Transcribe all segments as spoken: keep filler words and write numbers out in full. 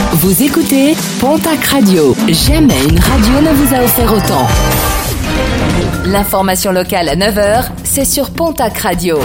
Vous écoutez Pontac Radio. Jamais une radio ne vous a offert autant. L'information locale à neuf heures, c'est sur Pontac Radio.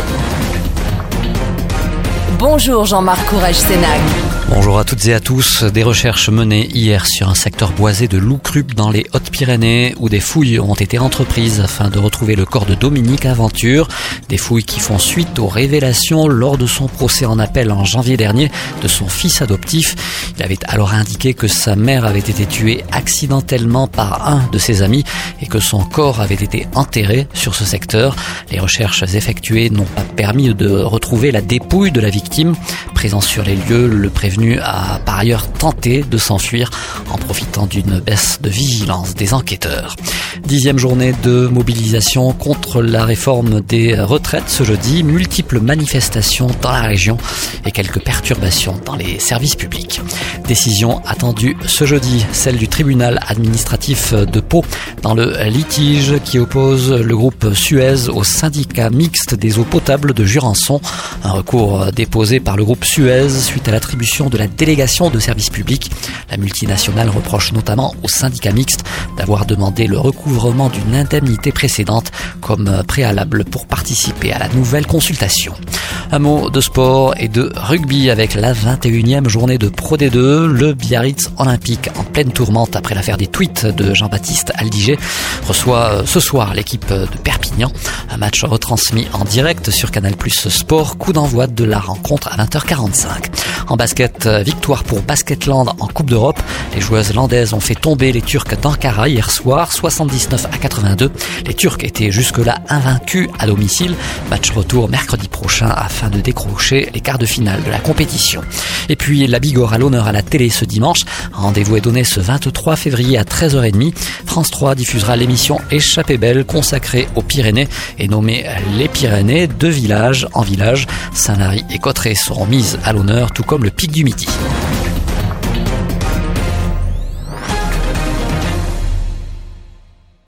Bonjour Jean-Marc Courage-Sénac. Bonjour à toutes et à tous. Des recherches menées hier sur un secteur boisé de Loucrup dans les Hautes-Pyrénées où des fouilles ont été entreprises afin de retrouver le corps de Dominique Aventure. Des fouilles qui font suite aux révélations lors de son procès en appel en janvier dernier de son fils adoptif. Il avait alors indiqué que sa mère avait été tuée accidentellement par un de ses amis et que son corps avait été enterré sur ce secteur. Les recherches effectuées n'ont pas permis de retrouver la dépouille de la victime. Présent sur les lieux, le prévenu a par ailleurs tenté de s'enfuir en profitant d'une baisse de vigilance des enquêteurs. Dixième journée de mobilisation contre la réforme des retraites ce jeudi. Multiples manifestations dans la région et quelques perturbations dans les services publics. Décision attendue ce jeudi, celle du tribunal administratif de Pau dans le litige qui oppose le groupe Suez au syndicat mixte des eaux potables de Jurançon. Un recours déposé par le groupe Suez suite à l'attribution de la délégation de service public. La multinationale reproche notamment au syndicat mixte d'avoir demandé le recouvrement d'une indemnité précédente comme préalable pour participer à la nouvelle consultation. Un mot de sport et de rugby avec la vingt et unième journée de Pro D deux. Le Biarritz Olympique en pleine tourmente après l'affaire des tweets de Jean-Baptiste Aldiger reçoit ce soir l'équipe de Perpignan. Un match retransmis en direct sur Canal Plus Sport. Coup d'envoi de la rencontre à vingt heures quarante-cinq. En basket, victoire pour Basketland en Coupe d'Europe. Les joueuses landaises ont fait tomber les Turcs d'Ankara hier soir, soixante-dix-neuf à quatre-vingt-deux. Les Turcs étaient jusque-là invaincus à domicile. Match retour mercredi prochain afin de décrocher les quarts de finale de la compétition. Et puis la Bigorre à l'honneur à la télé ce dimanche. Rendez-vous est donné ce vingt-trois février à treize heures trente. France trois diffusera l'émission Échappée belle consacrée aux Pyrénées et nommée Les Pyrénées de village en village. Saint-Lary et Cotterêts seront mises à l'honneur, tout comme le Pic du Midi.